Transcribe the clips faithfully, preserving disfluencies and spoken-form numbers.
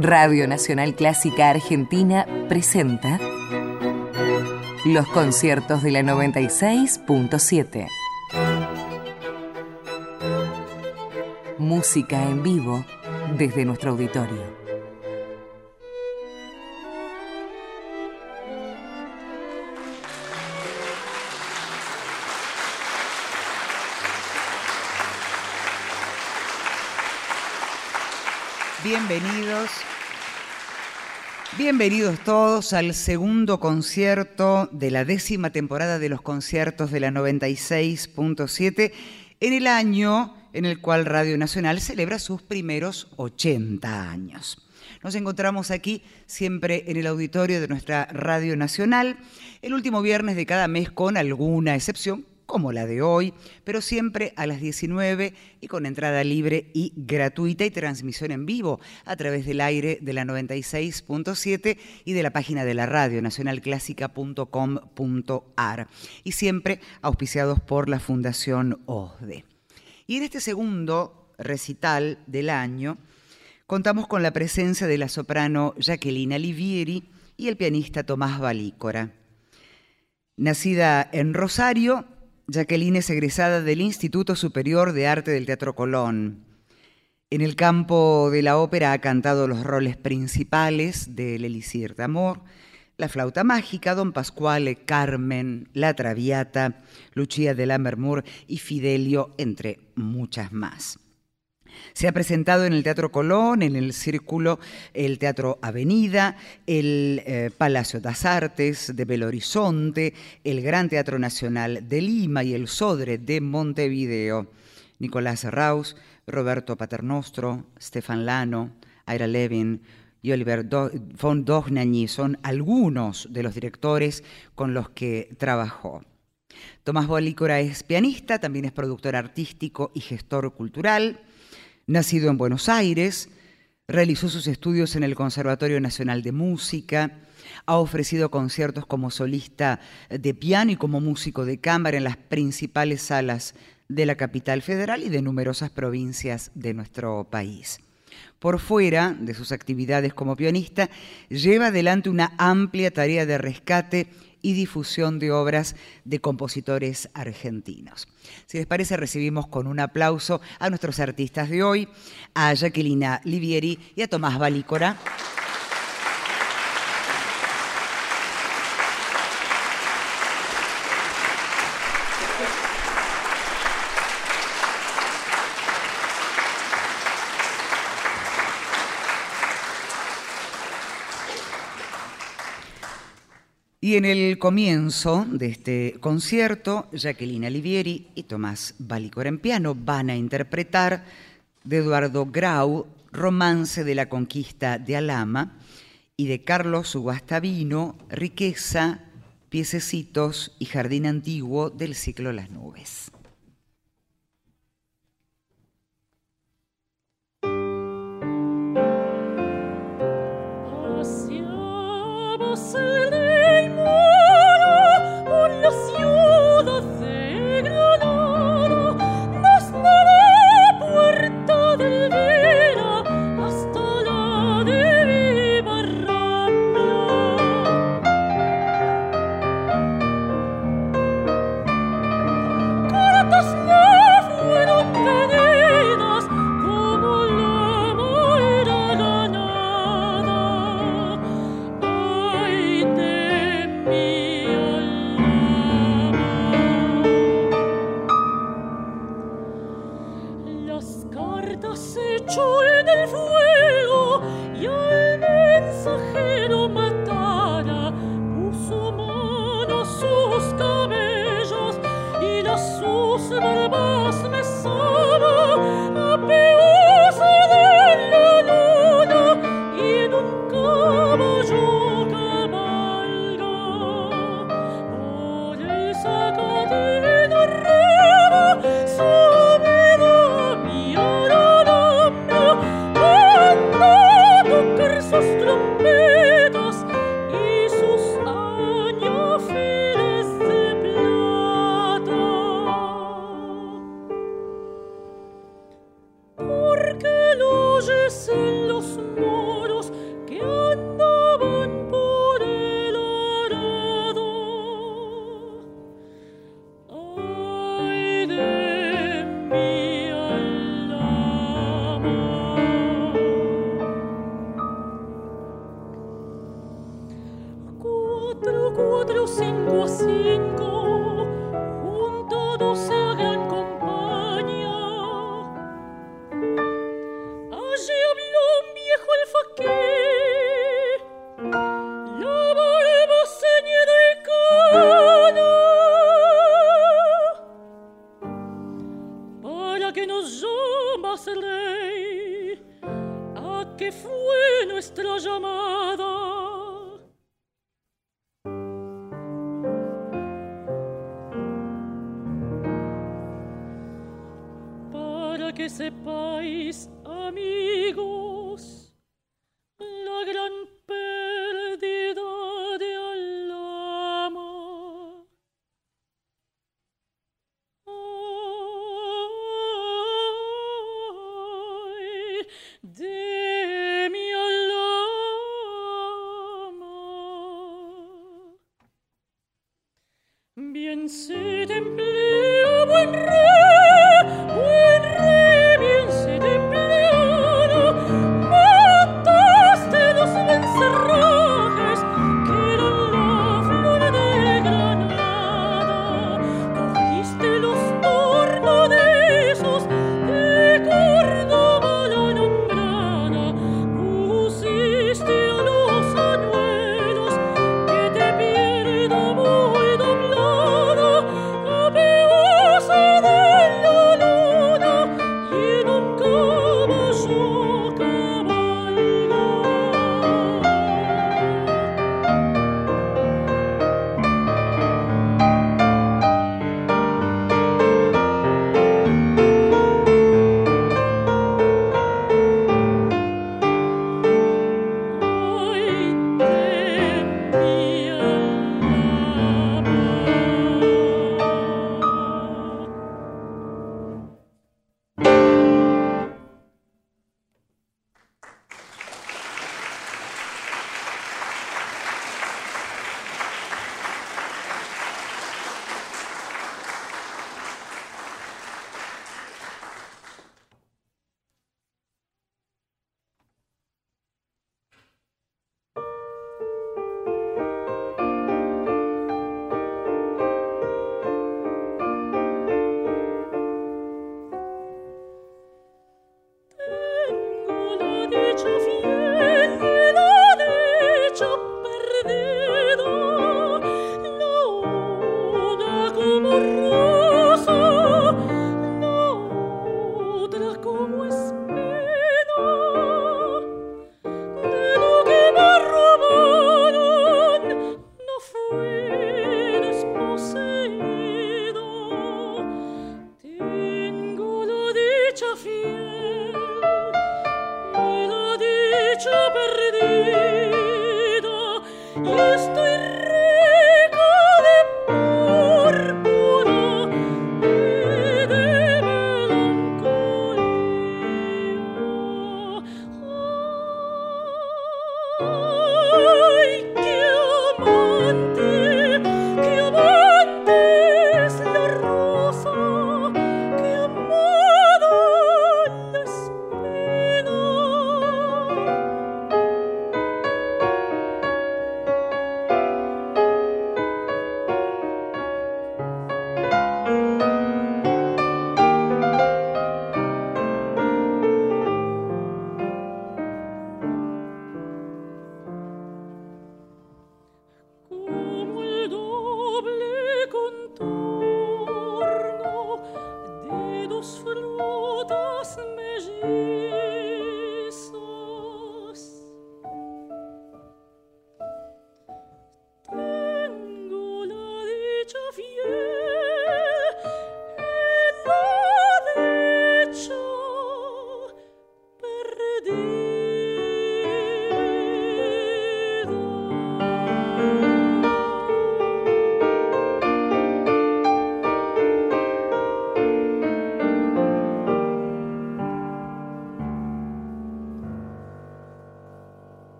Radio Nacional Clásica Argentina presenta los conciertos de la noventa y seis punto siete. Música en vivo desde nuestro auditorio. Bienvenidos, bienvenidos todos al segundo concierto de la décima temporada de los conciertos de la noventa y seis punto siete en el año en el cual Radio Nacional celebra sus primeros ochenta años. Nos encontramos aquí siempre en el auditorio de nuestra Radio Nacional, el último viernes de cada mes con alguna excepción, como la de hoy, pero siempre a las diecinueve y con entrada libre y gratuita y transmisión en vivo a través del aire de la noventa y seis punto siete y de la página de la radio nacional clásica punto com punto a r, y siempre auspiciados por la Fundación O S D E. Y en este segundo recital del año contamos con la presencia de la soprano Jacqueline Alivieri y el pianista Tomás Valícora. Nacida en Rosario, Jacqueline es egresada del Instituto Superior de Arte del Teatro Colón. En el campo de la ópera ha cantado los roles principales de L'Élysée d'Amour, La Flauta Mágica, Don Pasquale, Carmen, La Traviata, Lucia de Lammermoor y Fidelio, entre muchas más. Se ha presentado en el Teatro Colón, en el Círculo, el Teatro Avenida, el eh, Palacio das Artes de Belo Horizonte, el Gran Teatro Nacional de Lima y el Sodre de Montevideo. Nicolás Raus, Roberto Paternostro, Stefan Lano, Ira Levin y Oliver Do- von Dohnanyi son algunos de los directores con los que trabajó. Tomás Valícora es pianista, también es productor artístico y gestor cultural. Nacido en Buenos Aires, realizó sus estudios en el Conservatorio Nacional de Música, ha ofrecido conciertos como solista de piano y como músico de cámara en las principales salas de la capital federal y de numerosas provincias de nuestro país. Por fuera de sus actividades como pianista, lleva adelante una amplia tarea de rescate y difusión de obras de compositores argentinos. Si les parece, recibimos con un aplauso a nuestros artistas de hoy, a Jacqueline Alivieri y a Tomás Valícora. Y en el comienzo de este concierto, Jacqueline Alivieri y Tomás Valícora en piano van a interpretar de Eduardo Grau, Romance de la Conquista de Alhama, y de Carlos Guastavino, Riqueza, Piececitos y Jardín Antiguo del ciclo Las Nubes. Be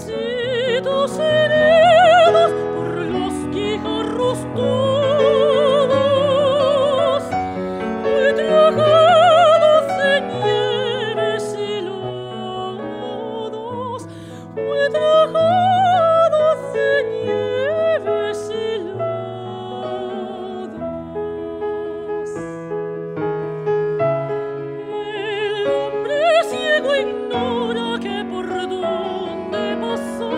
Campesitos heridos por los guijarros todos, muy tragados de nieves y lodos, muy tragados de nieves y lodos. El hombre ciego ignora que por donde pasó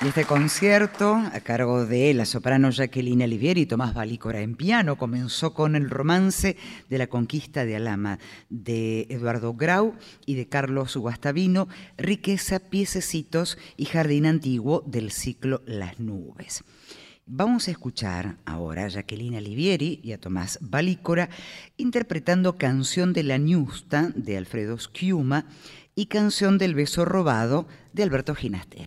Y este concierto, a cargo de la soprano Jacqueline Alivieri y Tomás Valícora en piano, comenzó con el romance de la conquista de Alhama, de Eduardo Grau y de Carlos Guastavino, Riqueza, Piececitos y Jardín Antiguo del ciclo Las Nubes. Vamos a escuchar ahora a Jacqueline Alivieri y a Tomás Valícora interpretando Canción de la Ñusta de Alfredo Schiuma y Canción del Beso Robado de Alberto Ginastera.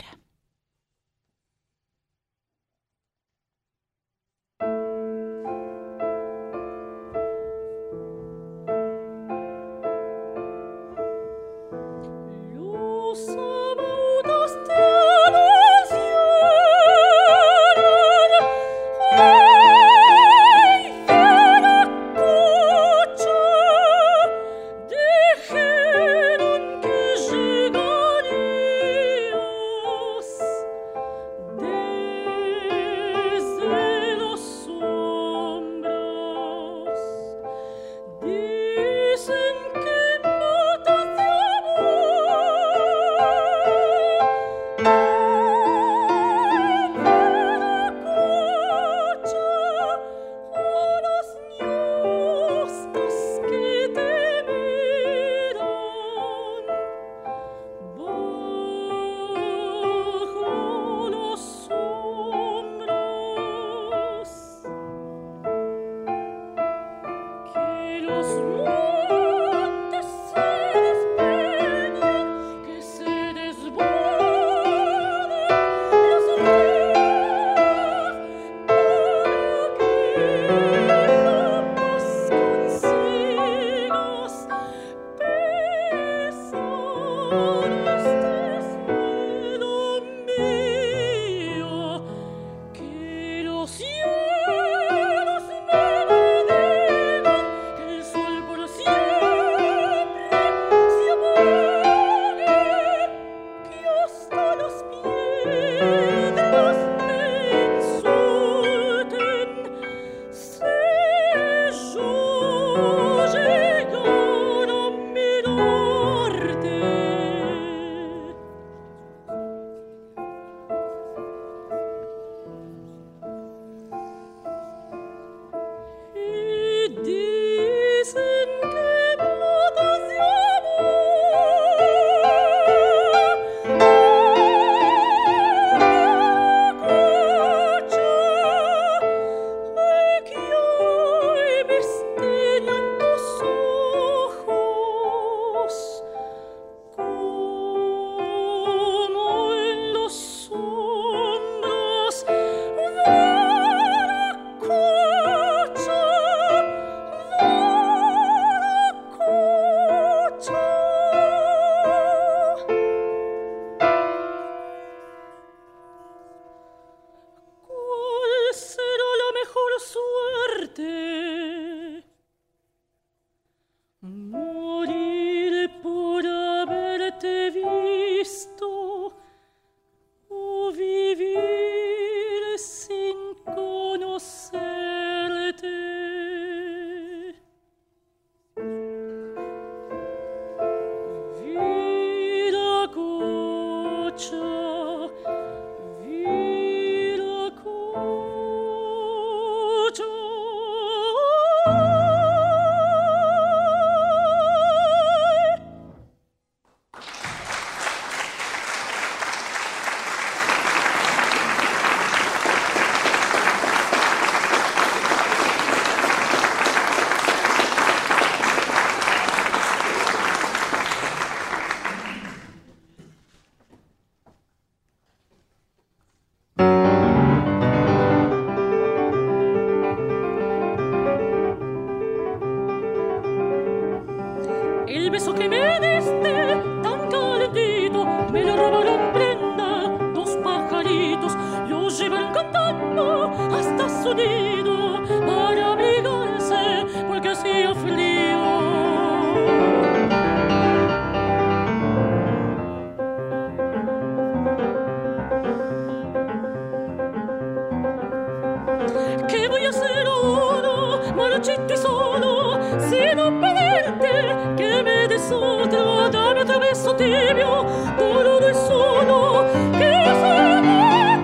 Otro, dame otro beso tibio, duro de solo, que se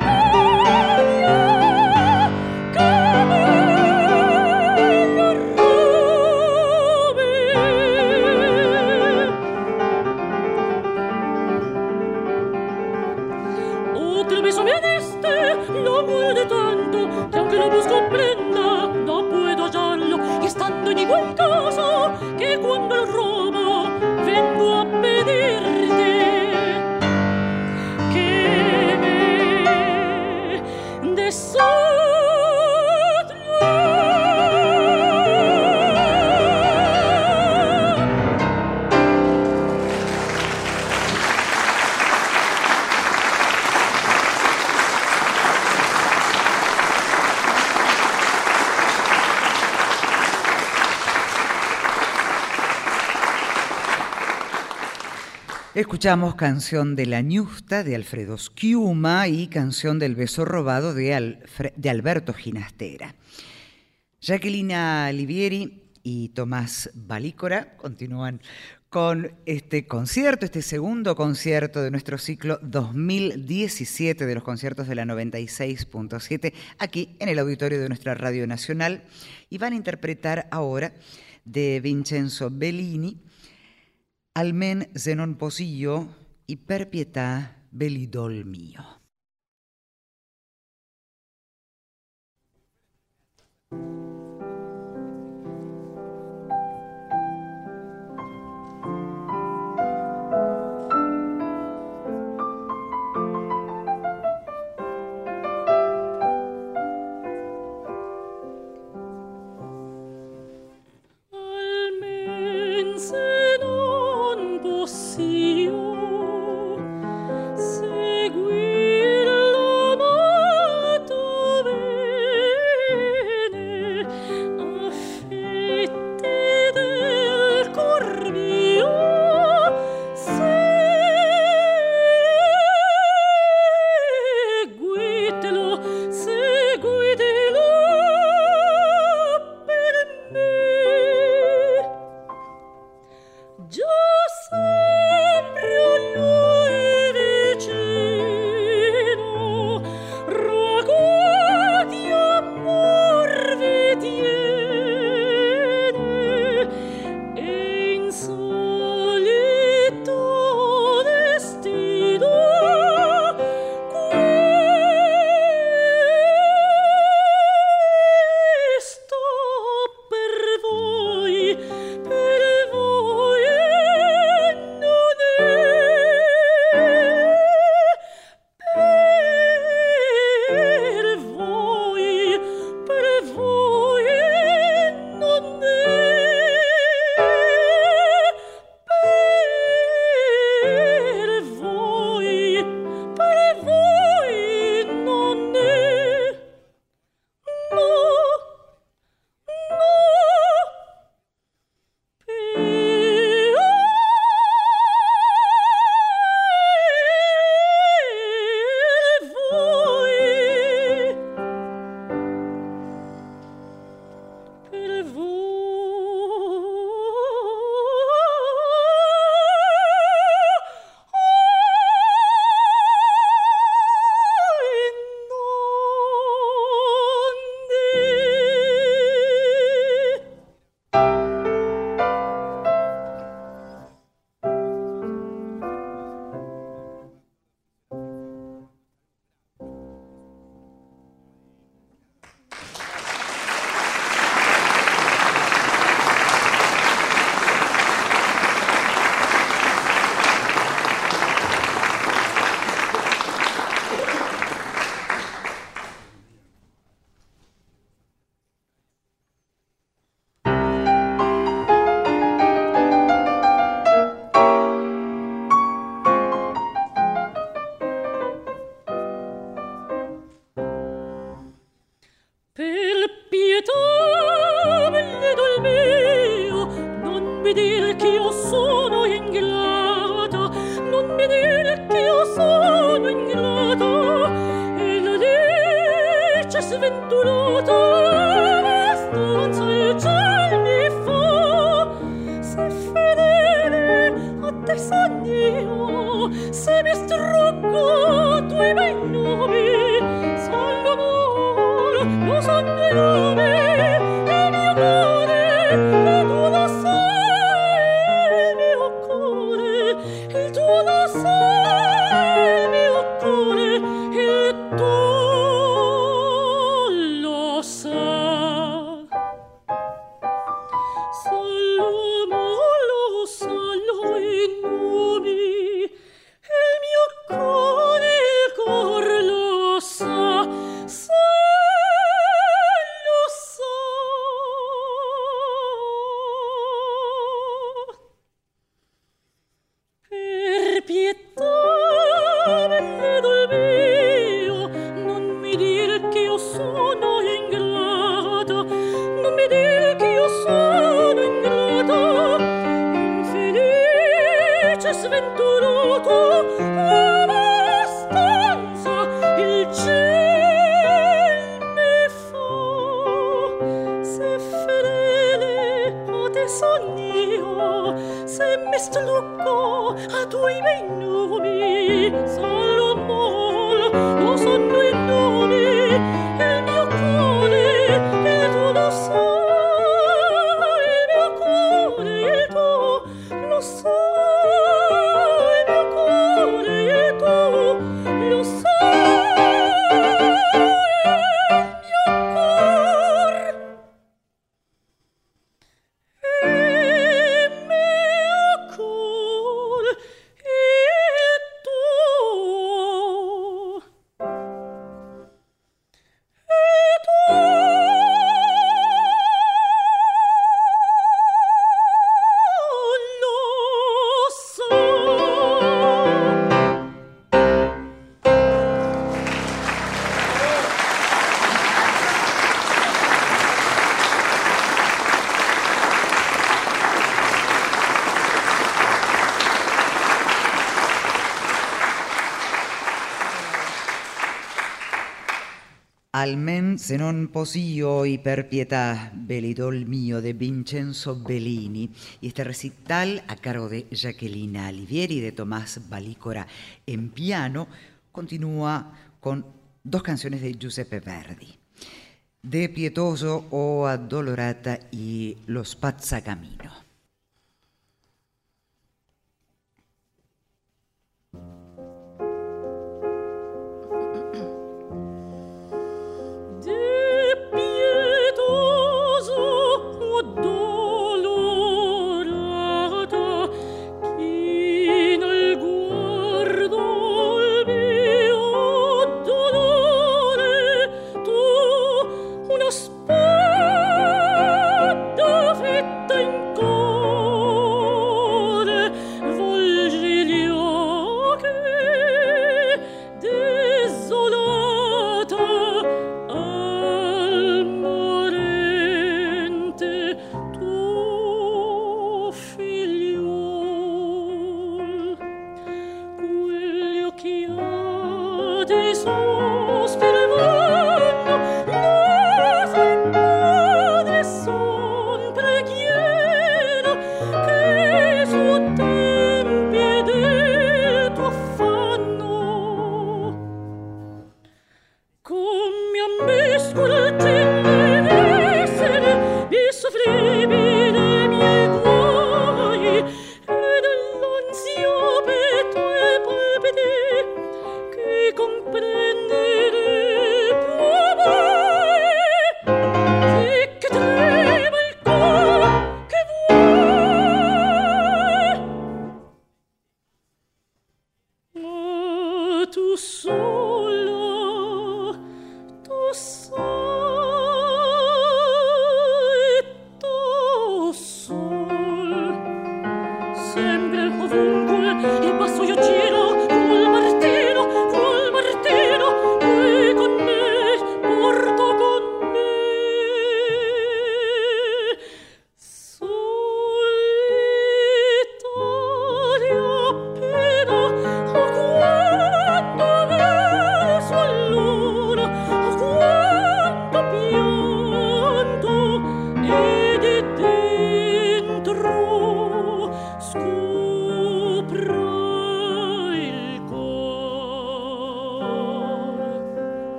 digo en casa que cuando el robo vengo a pedirte que me des Escuchamos Canción de la Ñusta de Alfredo Schiuma y Canción del Beso Robado de, Alfre- de Alberto Ginastera. Jacquelina Livieri y Tomás Balícora continúan con este concierto, este segundo concierto de nuestro ciclo dos mil diecisiete de los conciertos de la noventa y seis punto siete, aquí en el auditorio de nuestra Radio Nacional, y van a interpretar ahora de Vincenzo Bellini Almen Zenon Posillo y Per pietà belidol mio. Almen se non poss'io seguir l'amato bene, affetti del cor mio, seguitelo, seguitelo per me. Già sempre a lui vicino, rogo di amor vi tiene, e insolito destino questo per voi, per voi non è, per voi, per voi non è, per voi, per voi non è, no, no. Per voi, per voi non è. Per pietà bello mio, non mi dir che io sono ingrata, non mi dir che io sono ingrata, e la legge sventurata abbastanza il ciel mi fa, se fedele a te son io, se mi struggo tu i miei nomi, son l'amor, lo son due nome, il mio cuore, e tu lo sai, il mio cuore, il tuo lo sai, il mio cuore, e tu lo sai. strucco a tuoi bei nomi, Salomon, lo sanno i nomi, il mio cuore, e tu lo sai, il mio cuore, e tu lo sai, il mio cuore, e tu lo sai. Almen se non posio y per pietà, belidol mio de Vincenzo Bellini. Y este recital a cargo de Jacqueline Alivieri y de Tomás Balícora en piano continúa con dos canciones de Giuseppe Verdi, De Pietoso o Addolorata y Lo Spazzacamino. Spada fetta in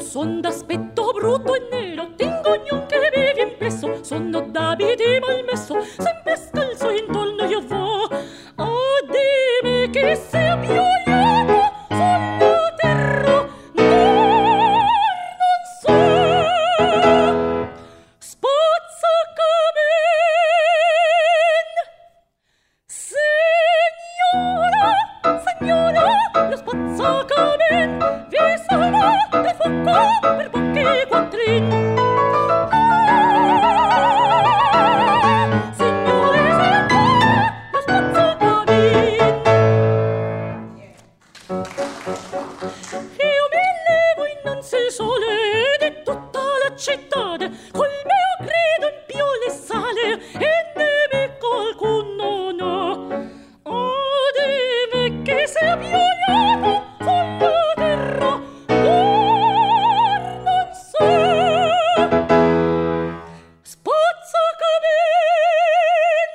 son d'aspetto brutto e nero, tengo ognuno che vive in peso, sono d'abiti malmesso, sempre scalzo intorno io vo. Oh, dimmi che sei violato sulla terra, no, non so. Spazza camin, signora, signora, lo spazza camin, vi sarà del fuoco per pochi quattrini. Sole di tutta la città, col mio grido in più le sale e dimmi qualcuno no. Oh, dimmi che sei violato sulla terra, non so. Spazza camin,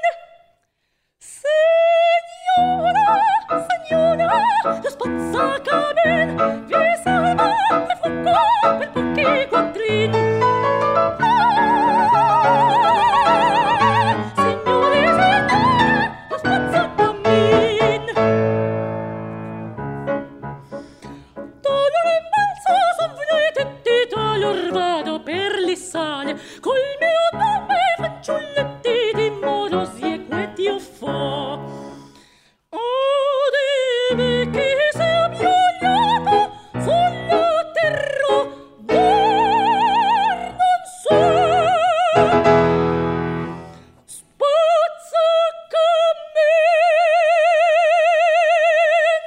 signora, signora, lo spazza camin, vi salva per fuoco per pochi quattrini. Ah, signore, signore, lo spazzacamin. Dolore in balzo son venuti tutti, allora vado per le sale, col mio nome fanciulletti di morosi e queti io fo. Oh, dimmi che sei violato sulla terra, non so. Spazzacamin,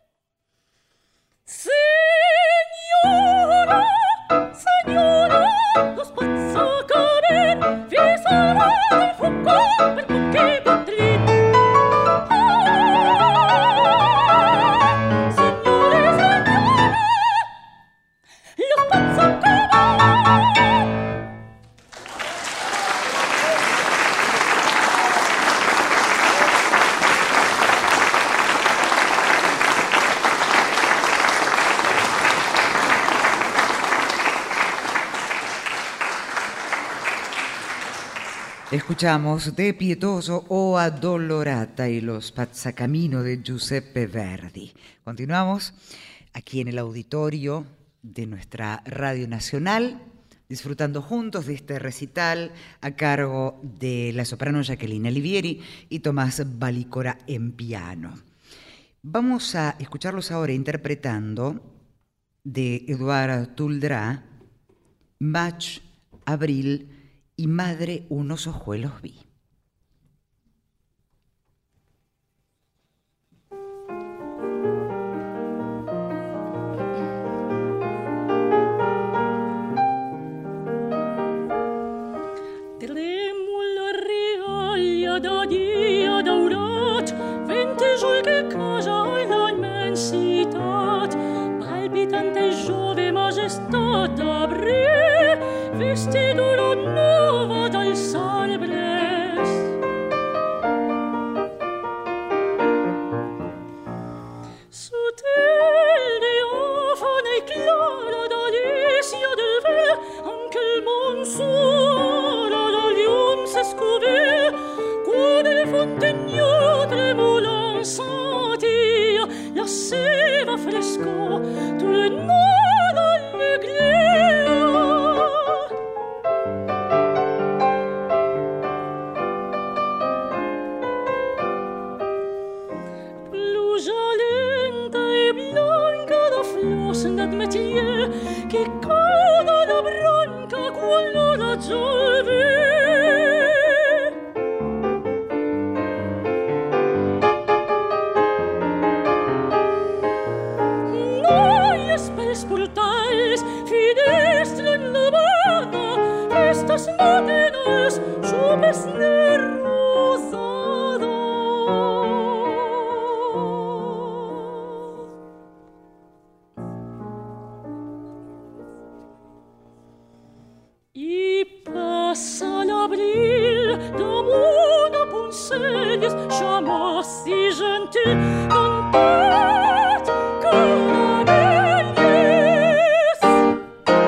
signora, signora, lo spazzacamin, vi sarà del fuoco per pochi quattrini. Signore, signora, lo spazzacamin. Escuchamos De Pietoso o Addolorata y Lo Spazzacamino de Giuseppe Verdi. Continuamos aquí en el auditorio de nuestra Radio Nacional, disfrutando juntos de este recital a cargo de la soprano Jacqueline Olivieri y Tomás Valicora en piano. Vamos a escucharlos ahora interpretando de Edouard Touldra, Match, Abril y Madre unos ojuelos vi. Tremula riaglia da dia daurat, ventejol che casa la immensitat, palpitante giove maestà d'abril, vestito la nuova dal salbres. Sutil diafana e clara d'Alicia del vel, anche il monsura da lium s'escouver, qua delle fontegno tremolan sentia la seva fresco, tout le monde allegria. D'admetier che coda la branca quello la giove. Noi espels portals, finestra en la banda, estas máquinas, chupes de rosada. Passa l'abril damunt a Poncelles, jamais si gentil, cantat caramelles.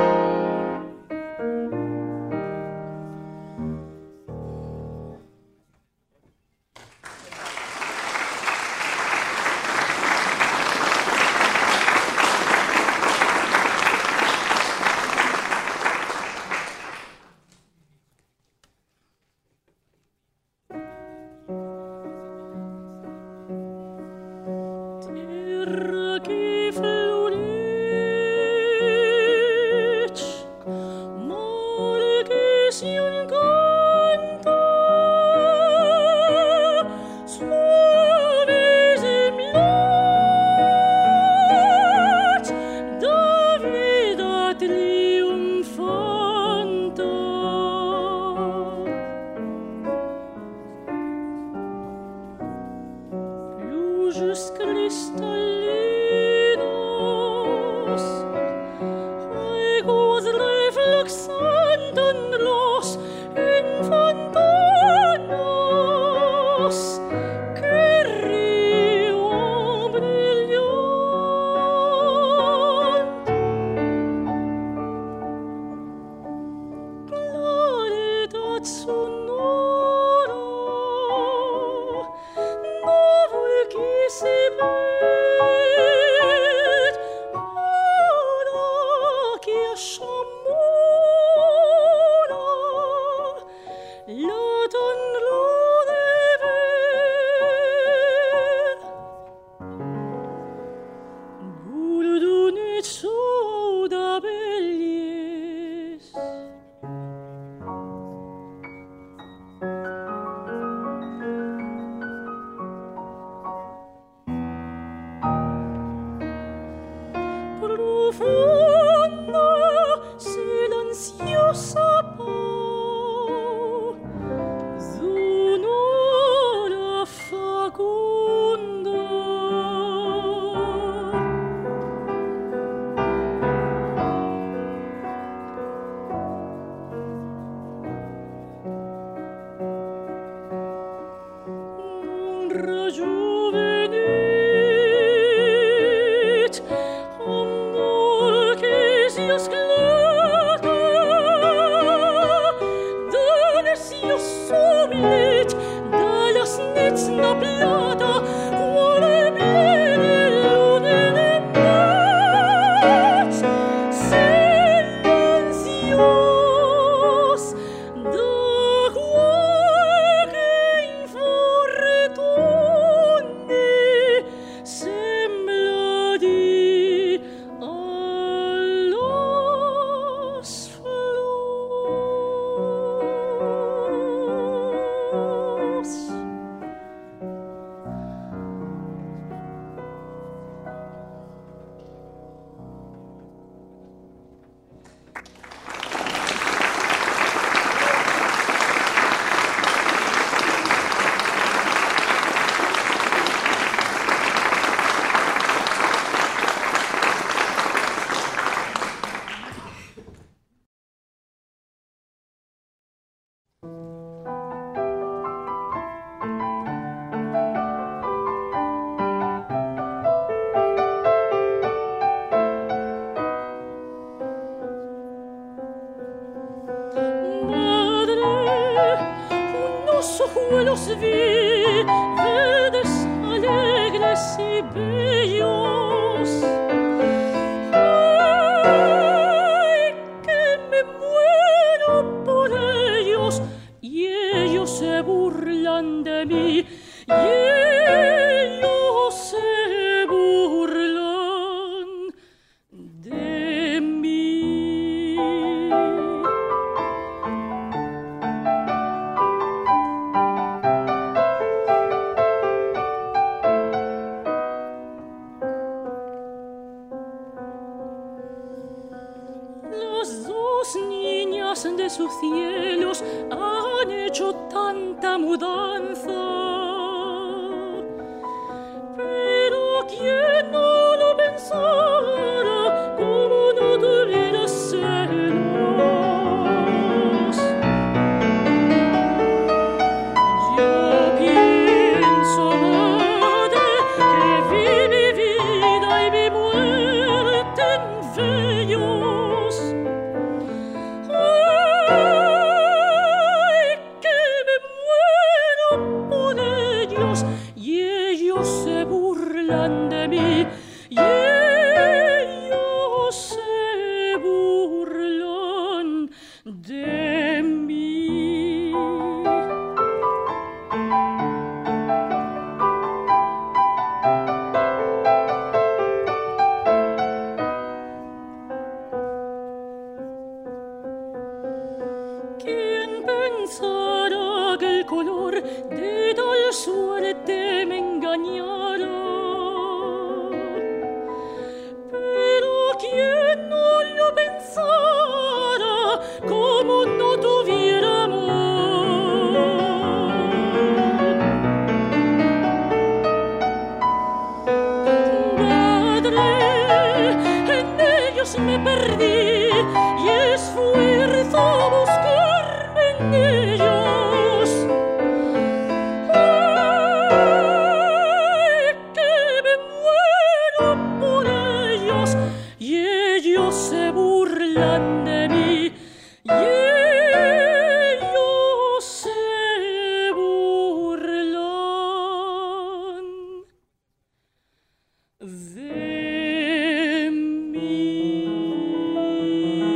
De mí.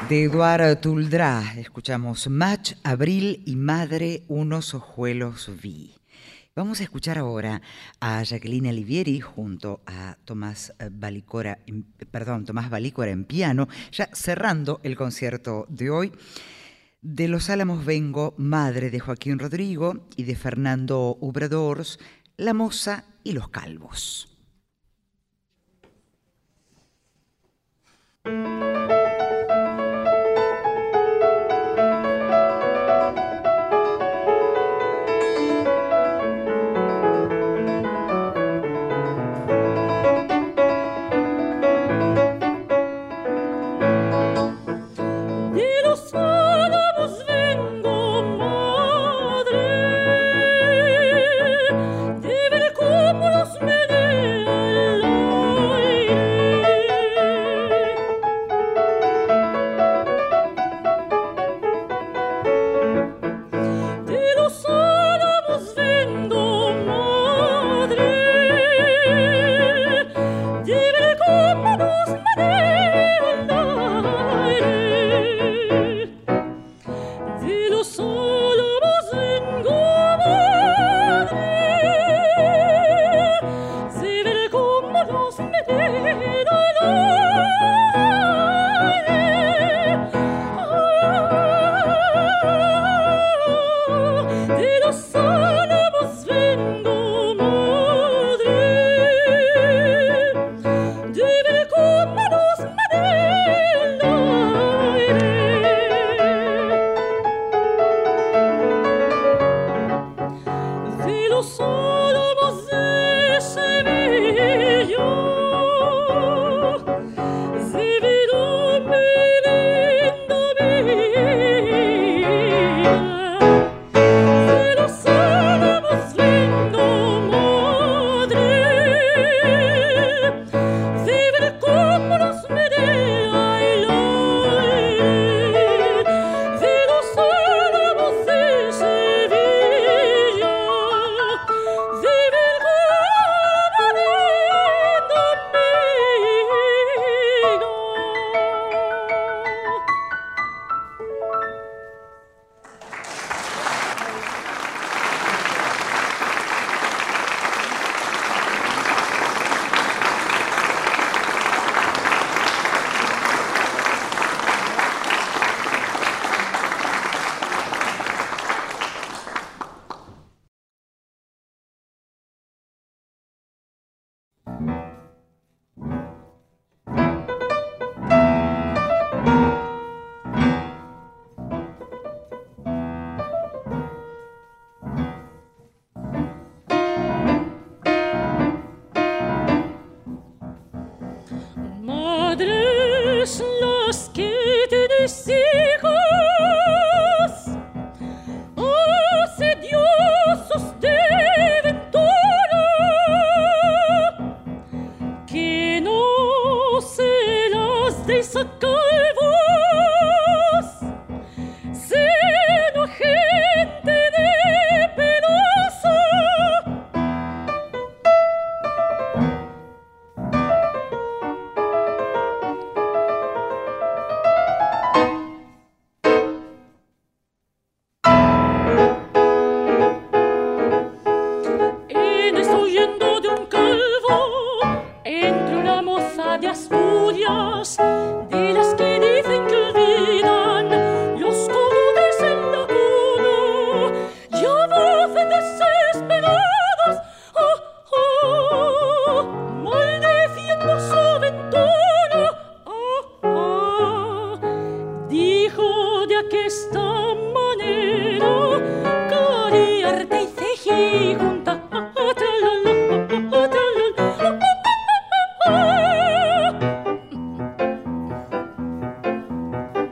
De Eduard Tuldrá escuchamos Match, Abril y Madre, unos ojuelos vi. Vamos a escuchar ahora a Jacqueline Olivieri junto a Tomás Valicora, perdón, Tomás Valicora en piano, ya cerrando el concierto de hoy. De Los Álamos vengo, Madre, de Joaquín Rodrigo, y de Fernando Obradors, La moza y los calvos.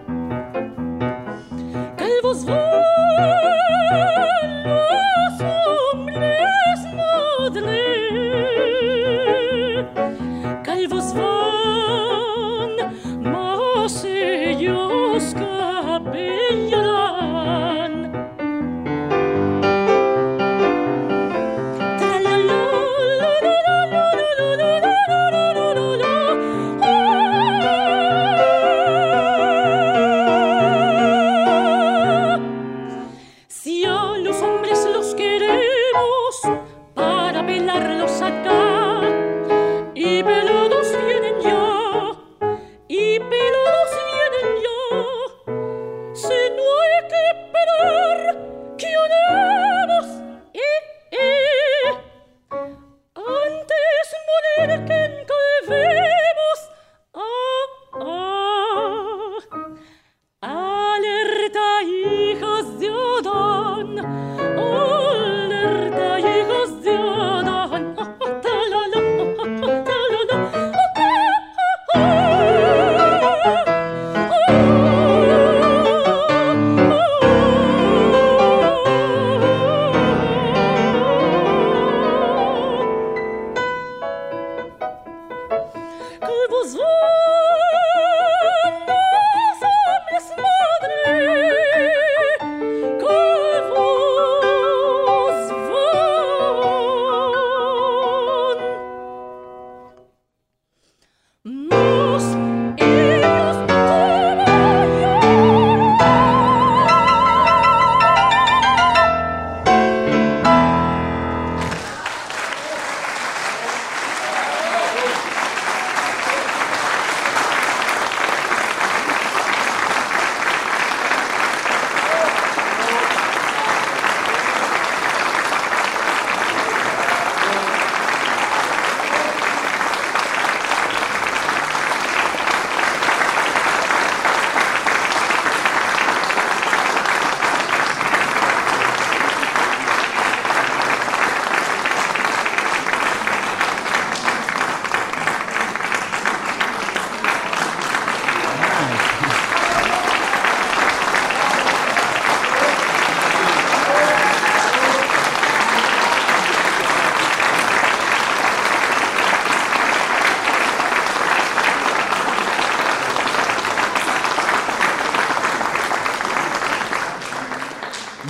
Calvos van los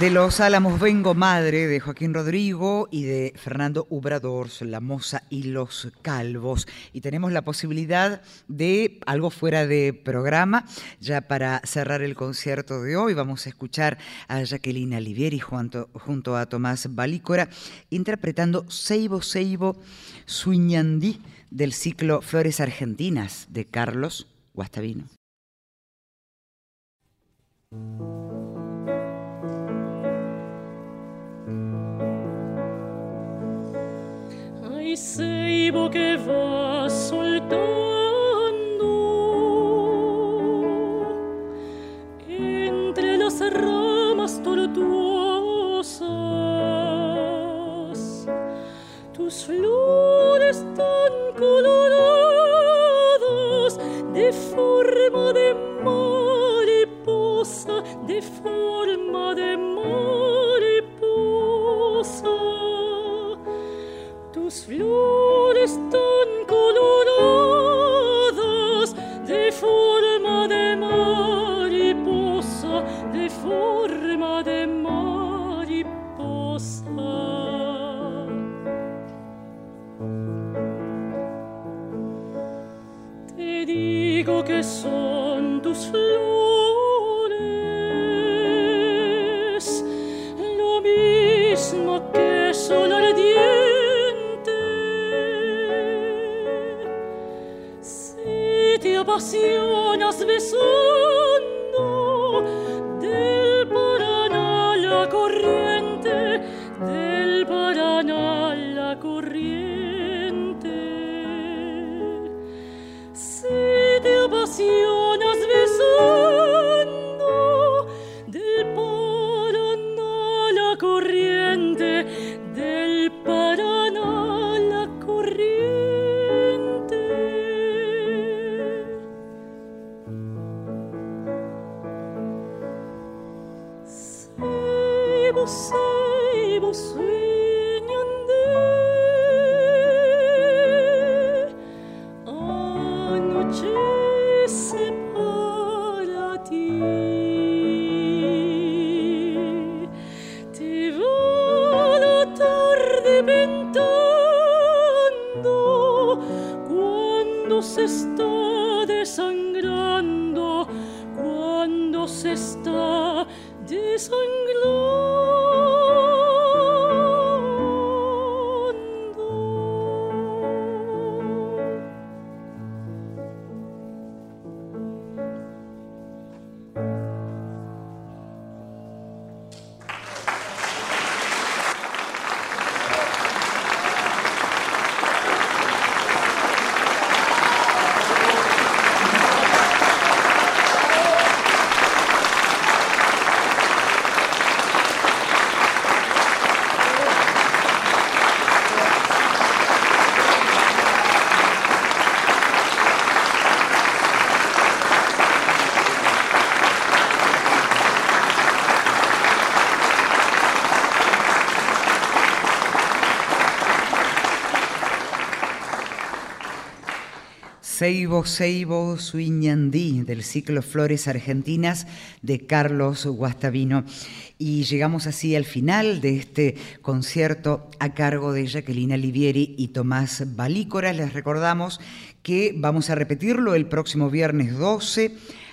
De Los Álamos Vengo Madre, de Joaquín Rodrigo, y de Fernando Ubradors, La Moza y los Calvos. Y tenemos la posibilidad de algo fuera de programa. Ya para cerrar el concierto de hoy vamos a escuchar a Jacqueline Alivieri junto, junto a Tomás Balícora interpretando Seibo Seibo Suiñandí del ciclo Flores Argentinas de Carlos Guastavino. Ay, ceibo que vas soltando entre las ramas tortuosas, tus flores tan coloradas de forma de mariposa, de forma de mariposa. Tus flores tan coloradas de forma de mariposa, de forma de mariposa. Te digo que son tus flores, lo mismo que sol ardiente. Apasionas besando del Paraná la corriente, del Paraná la corriente. Si te apasionas besando del Paraná la corriente, del Paraná la corriente. Seibo sueñandé, anochece para ti. Te va la tarde ventando cuando se está desangrando, cuando se está desangrando. Seibo Seibo Suiñandí del ciclo Flores Argentinas de Carlos Guastavino. Y llegamos así al final de este concierto a cargo de Jacqueline Alivieri y Tomás Balícora. Les recordamos que vamos a repetirlo el próximo viernes doce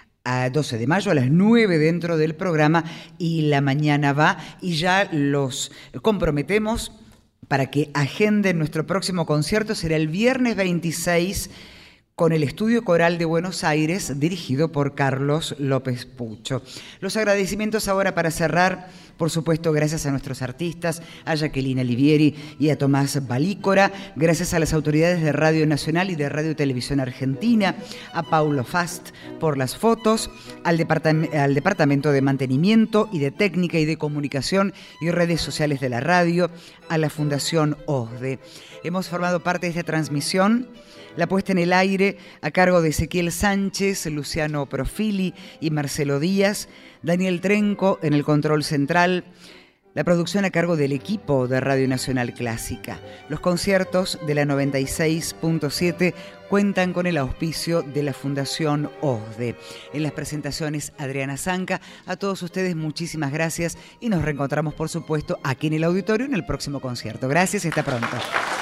a doce de mayo a las nueve dentro del programa, y la mañana va, y ya los comprometemos para que agenden nuestro próximo concierto. Será el viernes veintiséis con el Estudio Coral de Buenos Aires, dirigido por Carlos López Pucho. Los agradecimientos ahora para cerrar, por supuesto, gracias a nuestros artistas, a Jacqueline Alivieri y a Tomás Balícora, gracias a las autoridades de Radio Nacional y de Radio y Televisión Argentina, a Paulo Fast por las fotos, al, departam- al Departamento de Mantenimiento y de Técnica y de Comunicación y Redes Sociales de la Radio, a la Fundación O S D E. Hemos formado parte de esta transmisión, la puesta en el aire a cargo de Ezequiel Sánchez, Luciano Profili y Marcelo Díaz, Daniel Trenco en el control central, La producción a cargo del equipo de Radio Nacional Clásica. Los conciertos de la noventa y seis punto siete cuentan con el auspicio de la Fundación OSDE. En las presentaciones, Adriana Zanca. A todos ustedes, muchísimas gracias y nos reencontramos, por supuesto, aquí en el auditorio en el próximo concierto. Gracias y hasta pronto.